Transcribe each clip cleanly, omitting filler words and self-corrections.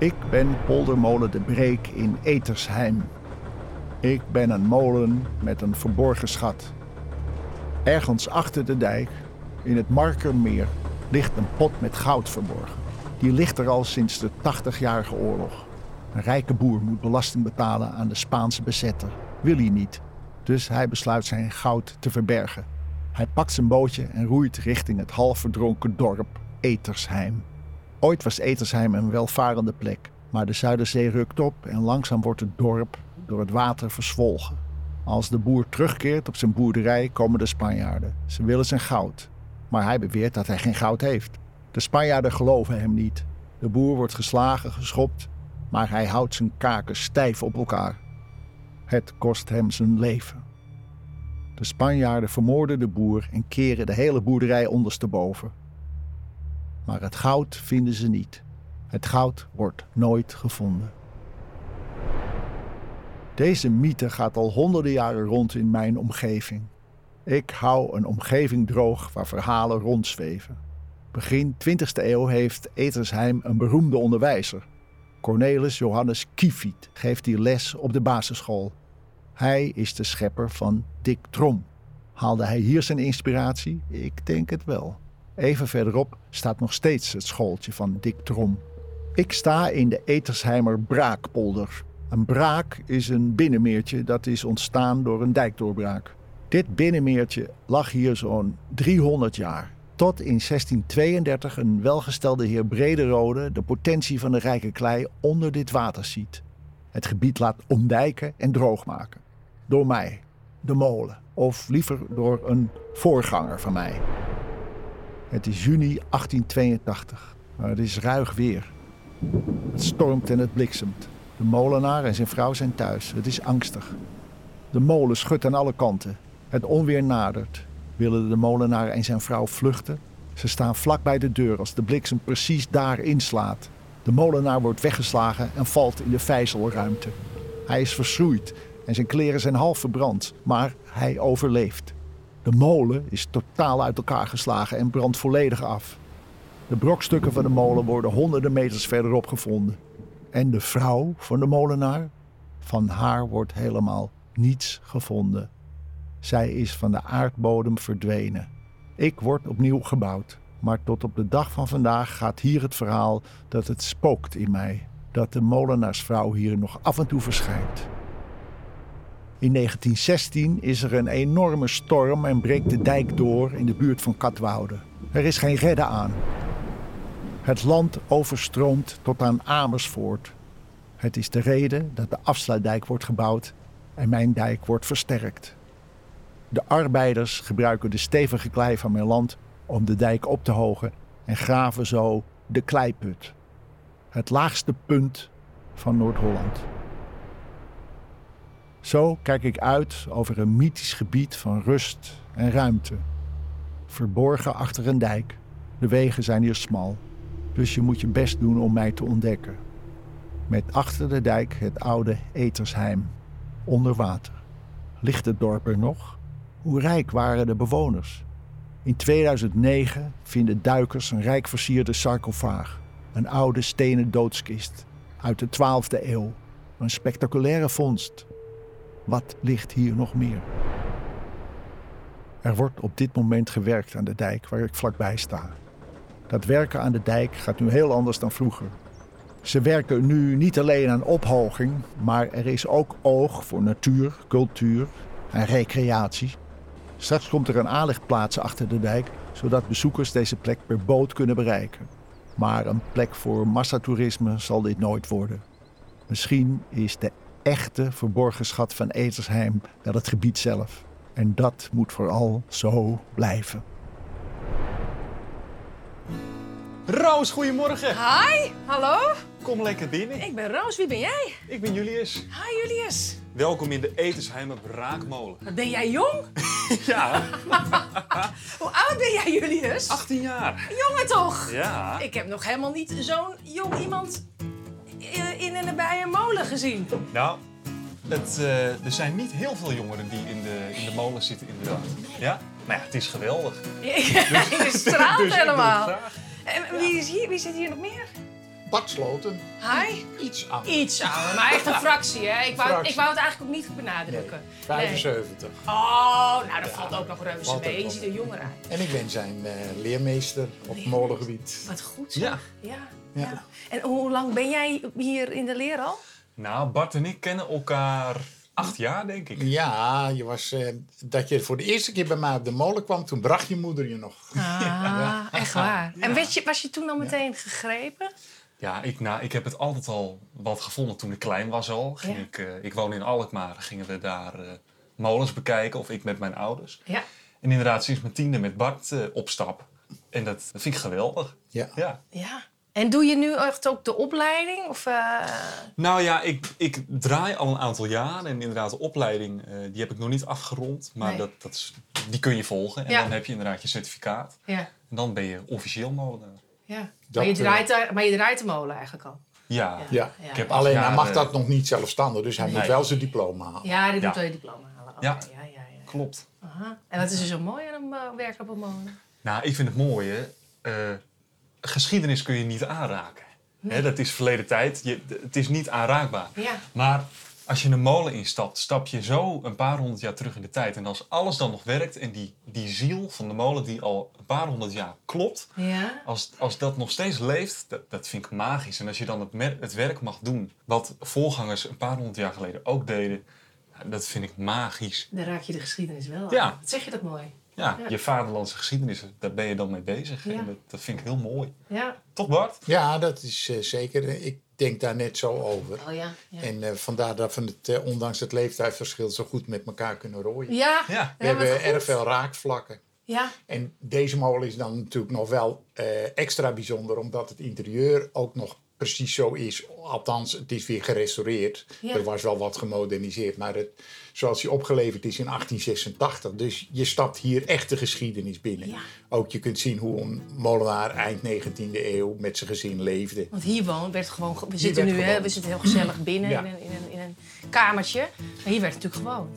Ik ben poldermolen De Breek in Etersheim. Ik ben een molen met een verborgen schat. Ergens achter de dijk, in het Markermeer, ligt een pot met goud verborgen. Die ligt er al sinds de 80-jarige oorlog. Een rijke boer moet belasting betalen aan de Spaanse bezetter. Wil hij niet, dus hij besluit zijn goud te verbergen. Hij pakt zijn bootje en roeit richting het half verdronken dorp Etersheim. Ooit was Etersheim een welvarende plek, maar de Zuiderzee rukt op en langzaam wordt het dorp door het water verzwolgen. Als de boer terugkeert op zijn boerderij komen de Spanjaarden. Ze willen zijn goud, maar hij beweert dat hij geen goud heeft. De Spanjaarden geloven hem niet. De boer wordt geslagen, geschopt, maar hij houdt zijn kaken stijf op elkaar. Het kost hem zijn leven. De Spanjaarden vermoorden de boer en keren de hele boerderij ondersteboven. Maar het goud vinden ze niet. Het goud wordt nooit gevonden. Deze mythe gaat al honderden jaren rond in mijn omgeving. Ik hou een omgeving droog waar verhalen rondzweven. Begin 20e eeuw heeft Etersheim een beroemde onderwijzer. Cornelis Johannes Kiefiet geeft hier les op de basisschool. Hij is de schepper van Dick Trom. Haalde hij hier zijn inspiratie? Ik denk het wel. Even verderop staat nog steeds het schooltje van Dick Trom. Ik sta in de Etersheimer Braakpolder. Een braak is een binnenmeertje dat is ontstaan door een dijkdoorbraak. Dit binnenmeertje lag hier zo'n 300 jaar. Tot in 1632 een welgestelde heer Brederode de potentie van de rijke klei onder dit water ziet. Het gebied laat omdijken en droogmaken. Door mij, de molen. Of liever door een voorganger van mij. Het is juni 1882. Maar het is ruig weer. Het stormt en het bliksemt. De molenaar en zijn vrouw zijn thuis. Het is angstig. De molen schudt aan alle kanten. Het onweer nadert. Willen de molenaar en zijn vrouw vluchten? Ze staan vlak bij de deur als de bliksem precies daar inslaat. De molenaar wordt weggeslagen en valt in de vijzelruimte. Hij is verschroeid en zijn kleren zijn half verbrand, maar hij overleeft. De molen is totaal uit elkaar geslagen en brandt volledig af. De brokstukken van de molen worden honderden meters verderop gevonden. En de vrouw van de molenaar? Van haar wordt helemaal niets gevonden. Zij is van de aardbodem verdwenen. Ik word opnieuw gebouwd. Maar tot op de dag van vandaag gaat hier het verhaal dat het spookt in mij. Dat de molenaarsvrouw hier nog af en toe verschijnt. In 1916 is er een enorme storm en breekt de dijk door in de buurt van Katwoude. Er is geen redden aan. Het land overstroomt tot aan Amersfoort. Het is de reden dat de afsluitdijk wordt gebouwd en mijn dijk wordt versterkt. De arbeiders gebruiken de stevige klei van mijn land om de dijk op te hogen en graven zo de Kleiput. Het laagste punt van Noord-Holland. Zo kijk ik uit over een mythisch gebied van rust en ruimte. Verborgen achter een dijk. De wegen zijn hier smal, dus je moet je best doen om mij te ontdekken. Met achter de dijk het oude Etersheim, onder water. Ligt het dorp er nog? Hoe rijk waren de bewoners? In 2009 vinden duikers een rijk versierde sarcofaag. Een oude stenen doodskist uit de 12e eeuw. Een spectaculaire vondst. Wat ligt hier nog meer? Er wordt op dit moment gewerkt aan de dijk waar ik vlakbij sta. Dat werken aan de dijk gaat nu heel anders dan vroeger. Ze werken nu niet alleen aan ophoging, maar er is ook oog voor natuur, cultuur en recreatie. Straks komt er een aanlegplaats achter de dijk, zodat bezoekers deze plek per boot kunnen bereiken. Maar een plek voor massatoerisme zal dit nooit worden. Misschien is de echte verborgen schat van Etersheim wel het gebied zelf. En dat moet vooral zo blijven. Roos, goedemorgen. Hi, hallo. Kom lekker binnen. Ik ben Roos, wie ben jij? Ik ben Julius. Hi Julius. Welkom in de Etersheimer Braakmolen. Wat ben jij jong? Ja, Hoe oud ben jij Julius? 18 jaar. Jongen toch? Ja. Ik heb nog helemaal niet zo'n jong iemand in en bij een molen gezien. Nou, er zijn niet heel veel jongeren die in de molen zitten inderdaad. Ja? Maar ja, het is geweldig. Je straalt Dus ik doe het helemaal. graag. En wie zit hier nog meer? Bart Sloten. Hi? Iets ouder. Iets ouder, maar echt een fractie, hè? Ik wou Fractie. het eigenlijk ook niet benadrukken. Nee, 75. Nee. Oh, nou, dat valt ook nog reuze valt mee. ook Je nog ziet er jonger uit. En ik ben zijn leermeester op molengebied. Wat goed, zeg. Ja. Ja. Ja. En hoe lang ben jij hier in de leer al? Nou, Bart en ik kennen elkaar 8 jaar, denk ik. Ja, je was, dat je voor de eerste keer bij mij op de molen kwam, toen bracht je moeder je nog. Ah, echt waar. En was je toen al meteen gegrepen? Ja, ik heb het altijd al wat gevonden toen ik klein was al. Ik woon in Alkmaar, gingen we daar molens bekijken, of ik met mijn ouders. Ja. En inderdaad, sinds mijn 10e met Bart op stap. En dat vind ik geweldig. Ja. Ja. Ja. En doe je nu echt ook de opleiding? Of, Nou ja, ik draai al een aantal jaar. En inderdaad, de opleiding die heb ik nog niet afgerond. Maar Nee. die kun je volgen. En Ja. dan heb je inderdaad je certificaat. Ja. En dan ben je officieel molenaar. Ja. Dat, Maar je draait de molen eigenlijk al. Ja. Ja. Ik heb Alleen 8 hij jaar, mag dat nog niet zelfstandig, dus hij moet Nee. wel zijn diploma halen. Ja, dit Ja. moet wel je diploma halen. Oké, Ja. ja. Klopt. Aha. En wat is er zo mooi aan een werken op een molen? Nou, ik vind het mooie. Geschiedenis kun je niet aanraken. Hè, dat is verleden tijd. Het is niet aanraakbaar. Ja. Maar als je een molen instapt, stap je zo een paar honderd jaar terug in de tijd. En als alles dan nog werkt en die ziel van de molen die al een paar honderd jaar klopt. Ja. Als dat nog steeds leeft, dat vind ik magisch. En als je dan het werk mag doen wat voorgangers een paar honderd jaar geleden ook deden. Dat vind ik magisch. Dan raak je de geschiedenis wel aan. Ja. Wat zeg je dat mooi? Ja, Ja. je vaderlandse geschiedenis, daar ben je dan mee bezig. Ja. En dat vind ik heel mooi. Ja. Toch Bart? Ja, dat is zeker. Ik denk daar net zo over. Oh ja. Ja. En vandaar dat we het, ondanks het leeftijdsverschil, zo goed met elkaar kunnen rooien. Ja. Ja. We hebben het goed. erg veel raakvlakken. Ja. En deze molen is dan natuurlijk nog wel extra bijzonder, omdat het interieur ook nog precies zo is. Althans, het is weer gerestaureerd. Ja. Er was wel wat gemoderniseerd, maar zoals hij opgeleverd is in 1886. Dus je stapt hier echt de geschiedenis binnen. Ja. Ook je kunt zien hoe een molenaar eind 19e eeuw met zijn gezin leefde. Want hier werd gewoon... We Hier zitten werd nu, hè, gewoond. we zitten heel gezellig binnen Ja. in een kamertje. Maar hier werd natuurlijk gewoond.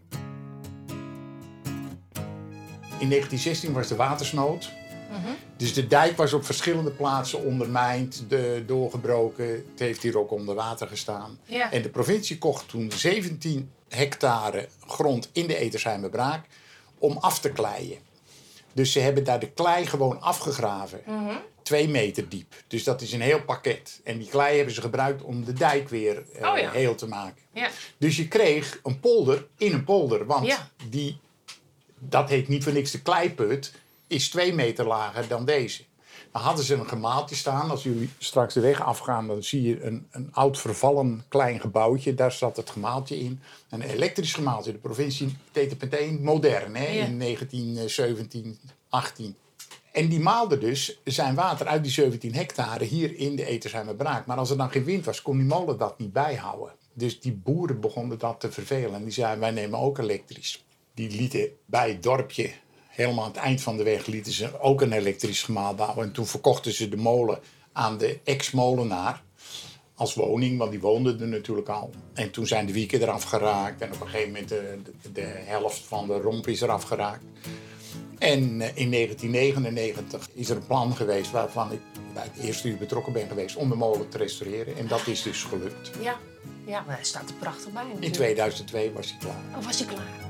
In 1916 was de watersnood. Mhm. Dus de dijk was op verschillende plaatsen ondermijnd, doorgebroken. Het heeft hier ook onder water gestaan. Ja. En de provincie kocht toen 17 hectare grond in de Etersheimerbraak om af te kleien. Dus ze hebben daar de klei gewoon afgegraven. 2 meter diep. Dus dat is een heel pakket. En die klei hebben ze gebruikt om de dijk weer Oh ja. heel te maken. Ja. Dus je kreeg een polder in een polder. Want Ja. dat heet niet voor niks de kleiput, is 2 meter lager dan deze. Dan hadden ze een gemaaltje staan. Als jullie straks de weg afgaan, dan zie je een oud vervallen klein gebouwtje. Daar zat het gemaaltje in. Een elektrisch gemaaltje. De provincie deed het meteen modern, hè? Ja. In 1917, 18. En die maalde dus zijn water uit die 17 hectare hier in de Etersheimerbraak. Maar als er dan geen wind was, kon die molen dat niet bijhouden. Dus die boeren begonnen dat te vervelen. En die zeiden, wij nemen ook elektrisch. Die lieten bij het dorpje, helemaal aan het eind van de weg, lieten ze ook een elektrisch gemaal bouwen. En toen verkochten ze de molen aan de ex-molenaar als woning, want die woonde er natuurlijk al. En toen zijn de wieken eraf geraakt en op een gegeven moment de helft van de romp is eraf geraakt. En in 1999 is er een plan geweest waarvan ik bij het eerste uur betrokken ben geweest om de molen te restaureren. En dat is dus gelukt. Ja. Ja, maar hij staat er prachtig bij In natuurlijk. 2002 was hij klaar. Oh, was hij klaar?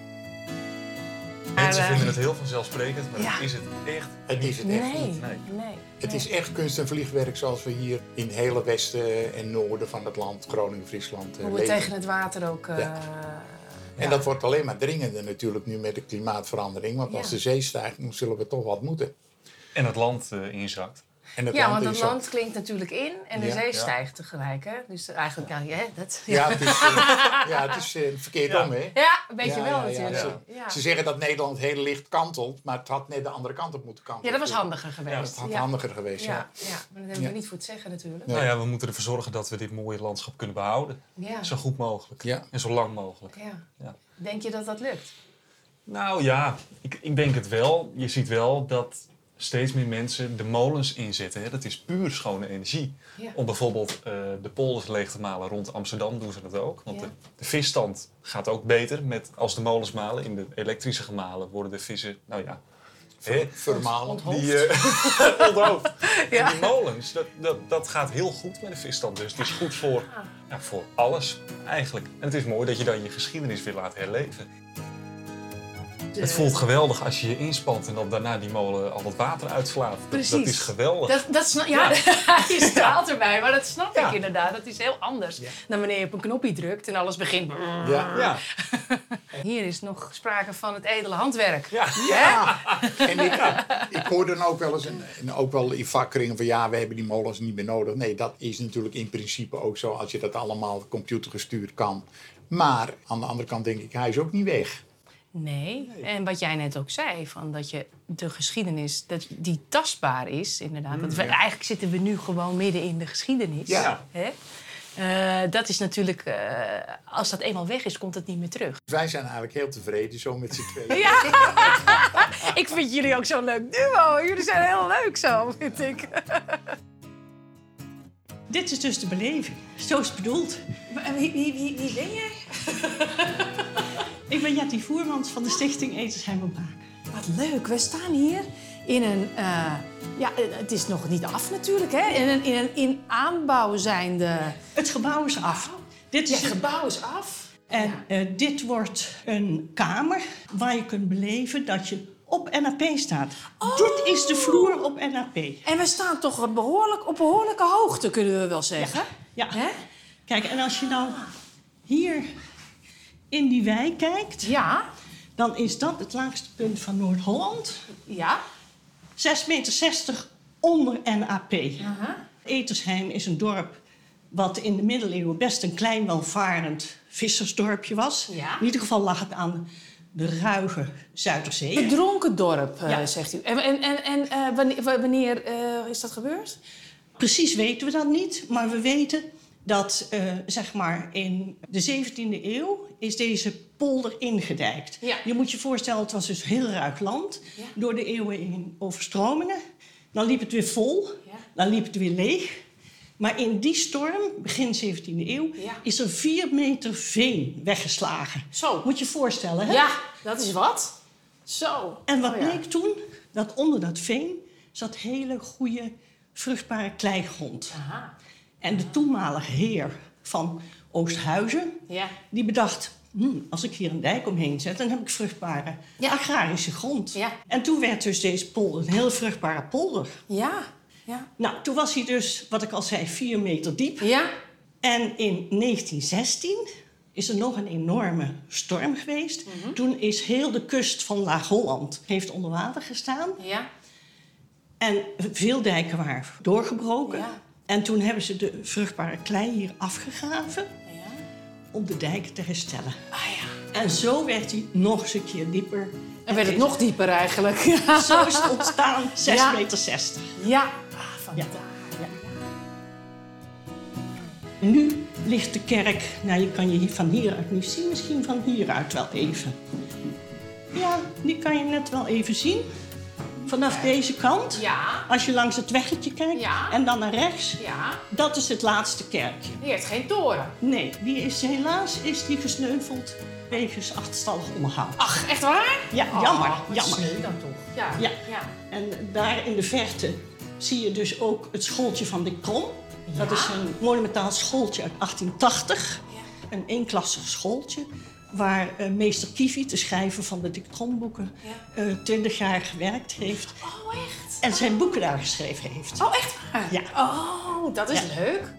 Mensen Maar, vinden het heel vanzelfsprekend, maar ja. dat is het echt. Het is het echt Nee. niet. Nee. Het is echt kunst en vliegwerk zoals we hier in het hele westen en noorden van het land, Groningen, Friesland, Hoe we leven. tegen het water ook... En dat wordt alleen maar dringender natuurlijk nu met de klimaatverandering. Want als Ja. de zee stijgt, dan zullen we toch wat moeten. En het land inzakt. En het Ja, land want het is ook- land klinkt natuurlijk in en de Ja. zee Ja. stijgt tegelijk. Hè? Dus eigenlijk, ja, dat... Ja, het is verkeerd Ja. om, hè? Ja, een beetje Ja, wel ja, ja. natuurlijk. Ja. Ze zeggen dat Nederland heel licht kantelt, maar het had net de andere kant op moeten kantelen. Ja, dat was handiger Ja, geweest. dat had handiger geweest, ja. Ja, maar dat hebben we Ja. niet voor het zeggen natuurlijk. Nee. Nou ja, we moeten ervoor zorgen dat we dit mooie landschap kunnen behouden. Ja. Zo goed mogelijk. Ja. En zo lang mogelijk. Ja. Ja. Denk je dat dat lukt? Nou ja, ik denk het wel. Je ziet wel dat steeds meer mensen de molens inzetten. Hè. Dat is puur schone energie. Ja. Om bijvoorbeeld de polders leeg te malen. Rond Amsterdam doen ze dat ook. Want Ja. de visstand gaat ook beter als de molens malen. In de elektrische gemalen worden de vissen, nou ja, Vermalen. Onthoofd. Ja. En die molens, dat gaat heel goed met de visstand dus. Het is goed voor alles eigenlijk. En het is mooi dat je dan je geschiedenis weer laat herleven. Het voelt geweldig als je je inspant en dat daarna die molen al het water uitslaat. Dat is geweldig. Je straalt erbij, maar dat snap ik inderdaad. Dat is heel anders dan wanneer je op een knopje drukt en alles begint. Ja. Hier is nog sprake van het edele handwerk. Ja. En ik hoor dan ook wel eens, en ook wel in vakkeringen van we hebben die molens niet meer nodig. Nee, dat is natuurlijk in principe ook zo als je dat allemaal computergestuurd kan. Maar aan de andere kant denk ik, hij is ook niet weg. Nee, en wat jij net ook zei, van dat je de geschiedenis, dat die tastbaar is, inderdaad. Eigenlijk zitten we nu gewoon midden in de geschiedenis. Ja. Hè? Dat is natuurlijk, als dat eenmaal weg is, komt het niet meer terug. Wij zijn eigenlijk heel tevreden zo met z'n tweeën. Ja, ik vind jullie ook zo'n leuk duo. Jullie zijn heel leuk zo, vind ik. Dit is dus de beleving. Zo is het bedoeld. Wie ben jij? Ik ben Jetty Voermans van de stichting Etersheimer-Braak. Wat leuk, we staan hier in een... het is nog niet af natuurlijk, hè? In aanbouw zijnde... Het gebouw is af. Het gebouw is af. En dit wordt een kamer waar je kunt beleven dat je op NAP staat. Oh. Dit is de vloer op NAP. En we staan toch op behoorlijke hoogte, kunnen we wel zeggen. Ja. Hè? Kijk, en als je nou hier in die wei kijkt, dan is dat het laagste punt van Noord-Holland. Ja. 6,60 meter onder NAP. Etersheim is een dorp wat in de middeleeuwen best een klein welvarend vissersdorpje was. Ja. In ieder geval lag het aan de ruige Zuiderzee. Het dronken dorp, Ja. zegt u. En wanneer is dat gebeurd? Precies weten we dat niet, maar we weten dat in de 17e eeuw is deze polder ingedijkt. Ja. Je moet je voorstellen, het was dus heel ruig land. Ja. Door de eeuwen in overstromingen. Dan liep het weer vol, Ja. dan liep het weer leeg. Maar in die storm, begin 17e eeuw, is er 4 meter veen weggeslagen. Zo. Moet je je voorstellen, hè? Ja, dat is wat. Zo. En wat bleek toen? Dat onder dat veen zat hele goede, vruchtbare kleigrond. Aha. En de toenmalige heer van Oosthuizen, die bedacht... als ik hier een dijk omheen zet, dan heb ik vruchtbare agrarische grond. Ja. En toen werd dus deze polder een heel vruchtbare polder. Ja. Nou, toen was hij dus, wat ik al zei, 4 meter diep. Ja. En in 1916 is er nog een enorme storm geweest. Toen is heel de kust van Laag-Holland heeft onder water gestaan. Ja. En veel dijken waren doorgebroken. Ja. En toen hebben ze de vruchtbare klei hier afgegraven om de dijken te herstellen. En zo werd hij nog eens een keer dieper. En werd het nog dieper eigenlijk. Zo is het ontstaan, 6,60 meter. Ja. Vandaar. Ja. Nu ligt de kerk, nou je kan je van hieruit niet zien, misschien van hieruit wel even. Ja, die kan je net wel even zien. Vanaf deze kant, als je langs het weggetje kijkt en dan naar rechts, dat is het laatste kerkje. Die heeft geen toren. Nee, helaas is die gesneuveld wegens achterstallig onderhoud. Ach, echt waar? Ja, jammer. Sneu dan toch? Ja. En daar in de verte zie je dus ook het schooltje van Dick Krom. Dat is een monumentaal schooltje uit 1880. Een eenklassig schooltje waar meester Kiefiet, de schrijver van de Dick Krom-boeken, 20 jaar gewerkt heeft. Oh, echt? En zijn boeken daar geschreven heeft. Oh, echt waar? Ja. Oh, dat is leuk.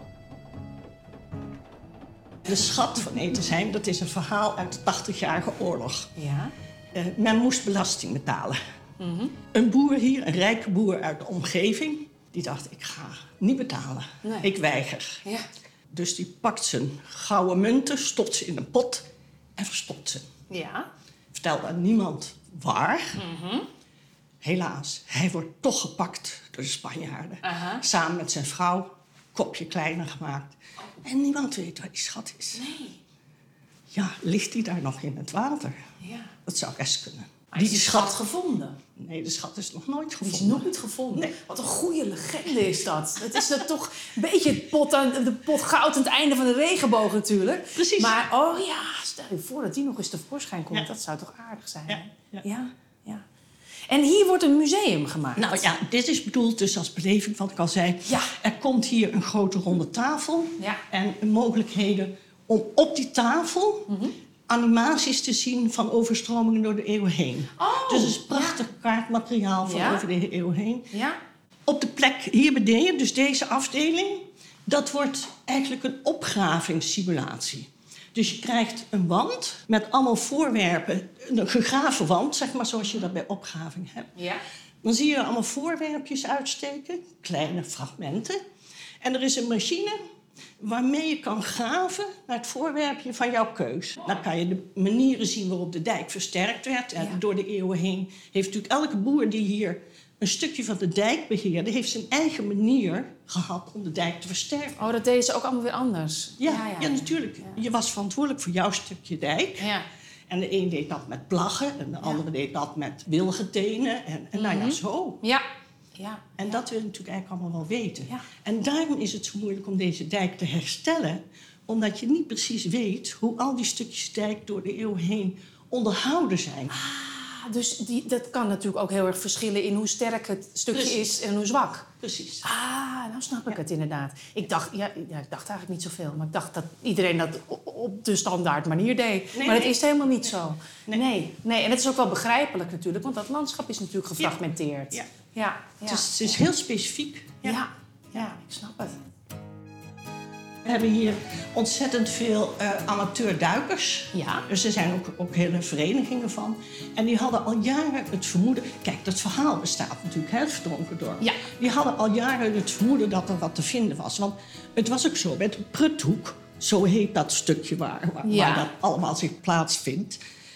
De schat van Etersheim, dat is een verhaal uit de 80-jarige oorlog. Ja. Men moest belasting betalen. Een boer hier, een rijke boer uit de omgeving, die dacht, ik ga niet betalen. Nee. Ik weiger. Ja. Dus die pakt zijn gouden munten, stopt ze in een pot en verstopt ze. Ja. Vertelde aan niemand waar. Helaas, hij wordt toch gepakt door de Spanjaarden. Samen met zijn vrouw, kopje kleiner gemaakt. En niemand weet waar die schat is. Nee. Ja, ligt die daar nog in het water? Ja. Dat zou best kunnen. Maar is die schat gevonden? Nee, de schat is nog nooit Die gevonden. is nog niet gevonden. Nee. Wat een goede legende is dat. Het is dan toch een beetje de pot goud aan het einde van de regenboog natuurlijk. Precies. Maar stel je voor dat die nog eens tevoorschijn komt. Ja. Dat zou toch aardig zijn? Ja, hè? ja. Ja. En hier wordt een museum gemaakt. Nou ja, dit is bedoeld dus als beleving, wat ik al zei. Ja. Er komt hier een grote ronde tafel. Ja. En mogelijkheden om op die tafel animaties te zien van overstromingen door de eeuwen heen. Oh, Dus het is prachtig kaartmateriaal van over de eeuw heen. Ja. Op de plek hier beneden, dus deze afdeling, dat wordt eigenlijk een opgravingssimulatie. Dus je krijgt een wand met allemaal voorwerpen, een gegraven wand, zeg maar, zoals je dat bij opgraving hebt. Ja. Dan zie je allemaal voorwerpjes uitsteken, kleine fragmenten. En er is een machine waarmee je kan graven naar het voorwerpje van jouw keus. Dan kan je de manieren zien waarop de dijk versterkt werd. En door de eeuwen heen heeft natuurlijk elke boer die hier een stukje van de dijk beheerde, heeft zijn eigen manier gehad om de dijk te versterken. Oh, dat deden ze ook allemaal weer anders. Ja, natuurlijk. Ja. Je was verantwoordelijk voor jouw stukje dijk. Ja. En de een deed dat met plaggen en de andere deed dat met wilgetenen. En nou ja, zo. Ja. Ja. En dat wil je natuurlijk eigenlijk allemaal wel weten. Ja. En daarom is het zo moeilijk om deze dijk te herstellen. Omdat je niet precies weet hoe al die stukjes dijk door de eeuw heen onderhouden zijn. Dus dat kan natuurlijk ook heel erg verschillen in hoe sterk het stukje is en hoe zwak. Precies. Nou snap ik het inderdaad. Ik dacht eigenlijk niet zoveel. Maar ik dacht dat iedereen dat op de standaard manier deed. Maar dat is helemaal niet zo. Nee. En het is ook wel begrijpelijk natuurlijk. Want dat landschap is natuurlijk gefragmenteerd. Ja. Het is heel specifiek. Ja, ik snap het. We hebben hier ontzettend veel amateurduikers. Ja. Dus er zijn ook hele verenigingen van. En die hadden al jaren het vermoeden... Kijk, dat verhaal bestaat natuurlijk, het verdronken dorp. Ja. Die hadden al jaren het vermoeden dat er wat te vinden was. Want het was ook zo, met de Pruthoek, zo heet dat stukje waar dat allemaal zich plaatsvindt.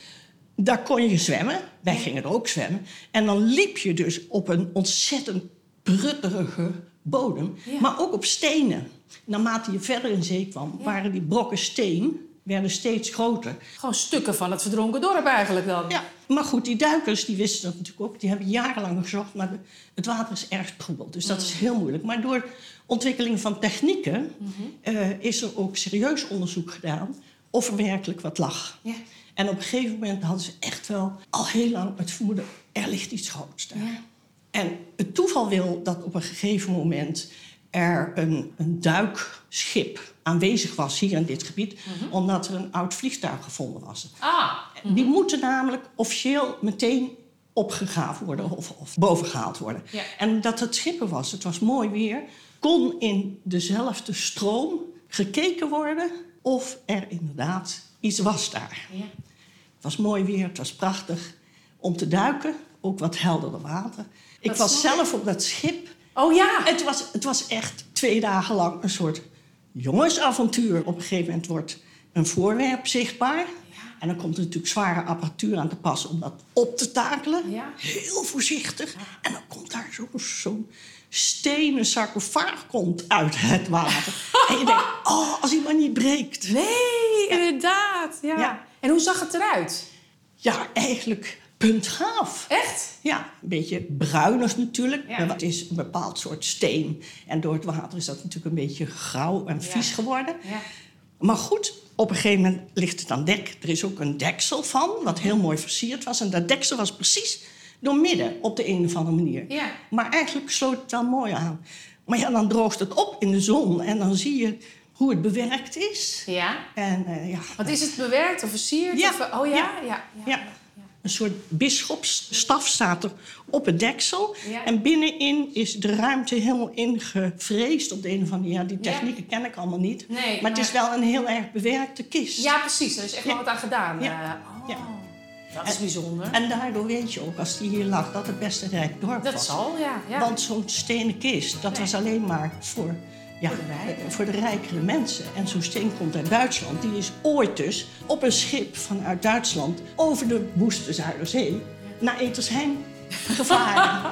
Daar kon je zwemmen. Wij gingen er ook zwemmen. En dan liep je dus op een ontzettend prutterige bodem. Ja. Maar ook op stenen. Naarmate je verder in zee kwam, waren die brokken steen werden steeds groter. Gewoon stukken van het verdronken dorp eigenlijk dan. Ja, maar goed, die duikers die wisten dat natuurlijk ook. Die hebben jarenlang gezocht, maar het water is erg troebel. Dus dat is heel moeilijk. Maar door ontwikkeling van technieken is er ook serieus onderzoek gedaan of er werkelijk wat lag. Ja. En op een gegeven moment hadden ze echt wel al heel lang het vermoeden, er ligt iets groots daar. Ja. En het toeval wil dat op een gegeven moment er een duikschip aanwezig was hier in dit gebied, omdat er een oud vliegtuig gevonden was. Die moeten namelijk officieel meteen opgegraven worden of bovengehaald worden. Ja. En dat het schip was, het was mooi weer, kon in dezelfde stroom gekeken worden of er inderdaad iets was daar. Ja. Het was mooi weer, het was prachtig om te duiken, ook wat helderder water. Ik was zelf op dat schip. Oh ja! Het was echt 2 dagen lang een soort jongensavontuur. Op een gegeven moment wordt een voorwerp zichtbaar. Ja. En dan komt er natuurlijk zware apparatuur aan te passen om dat op te takelen. Ja. Heel voorzichtig. Ja. En dan komt daar zo'n stenen sarcofaag komt uit het water. En je denkt, als hij maar niet breekt. Nee, inderdaad. Ja. En hoe zag het eruit? Ja, eigenlijk puntgaaf. Echt? Ja, een beetje bruinig natuurlijk. Ja. Het is een bepaald soort steen. En door het water is dat natuurlijk een beetje grauw en vies geworden. Ja. Maar goed, op een gegeven moment ligt het aan dek. Er is ook een deksel van, wat heel mooi versierd was. En dat deksel was precies door midden op de een of andere manier. Ja. Maar eigenlijk sloot het wel mooi aan. Maar ja, dan droogt het op in de zon. En dan zie je hoe het bewerkt is. Ja. En, Wat is het bewerkt of versierd? Ja. Of, ja. Een soort bisschopsstaf staat er op het deksel. Ja. En binnenin is de ruimte helemaal ingevreesd op de een of andere manier. Die technieken ken ik allemaal niet. Nee, maar het is wel een heel erg bewerkte kist. Ja, precies. Er is echt wel wat aan gedaan. Ja. Dat is bijzonder. En daardoor weet je ook, als die hier lag, dat het best een rijk dorp was. Dat zal, ja. Want zo'n stenen kist, dat was alleen maar voor de rijkere mensen. En zo'n steen komt uit Duitsland. Die is ooit dus op een schip vanuit Duitsland over de woeste Zuiderzee naar Etersheim gevaren.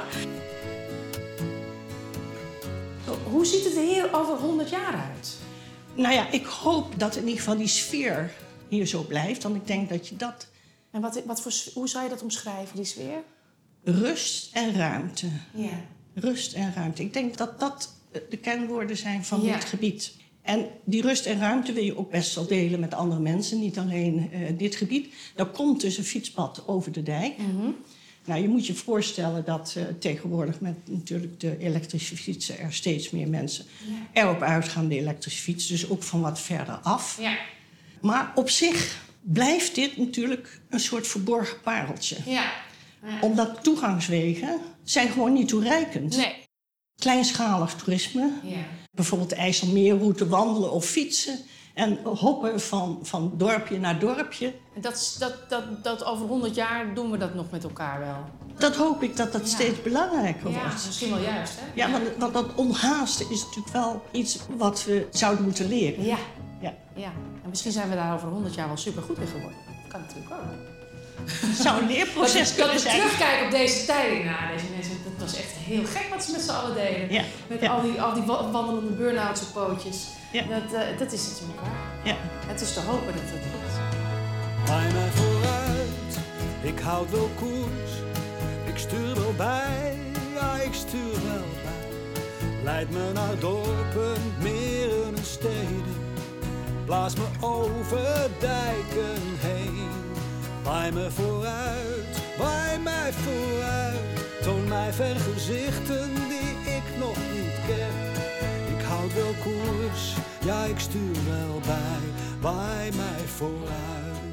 Hoe ziet het er hier over 100 jaar uit? Nou ja, ik hoop dat in ieder geval die sfeer hier zo blijft. Want ik denk dat je dat... En hoe zou je dat omschrijven, die sfeer? Rust en ruimte. Ja. Rust en ruimte. Ik denk dat dat de kenwoorden zijn van dit gebied. En die rust en ruimte wil je ook best wel delen met andere mensen. Niet alleen dit gebied. Daar komt dus een fietspad over de dijk. Nou, je moet je voorstellen dat tegenwoordig met natuurlijk de elektrische fietsen er steeds meer mensen erop uitgaan, de elektrische fiets, dus ook van wat verder af. Ja. Maar op zich blijft dit natuurlijk een soort verborgen pareltje. Ja. Omdat toegangswegen zijn gewoon niet toereikend. Nee. Kleinschalig toerisme, bijvoorbeeld de IJsselmeerroute, wandelen of fietsen en hoppen van dorpje naar dorpje. Dat over 100 jaar doen we dat nog met elkaar wel. Dat hoop ik dat steeds belangrijker wordt. Ja, misschien wel juist, hè? Ja, want dat onhaasten is natuurlijk wel iets wat we zouden moeten leren. Ja. En misschien zijn we daar over 100 jaar wel supergoed in geworden. Dat kan natuurlijk ook. Het zou een leerproces kunnen zijn. Dat we terugkijken op deze tijden. Deze mensen, dat was echt heel gek wat ze met z'n allen deden. Ja. Met al die wandelende burn-outs op pootjes. Ja. Dat is natuurlijk waar. Ja. Het is te hopen dat het lukt. Bij mij vooruit, ik houd wel koers. Ik stuur wel bij, ja ik stuur wel bij. Leid me naar dorpen, meren en steden. Blaas me over dijken heen. Waai me vooruit, waai mij vooruit. Toon mij vergezichten die ik nog niet ken. Ik houd wel koers, ja ik stuur wel bij. Waai mij vooruit.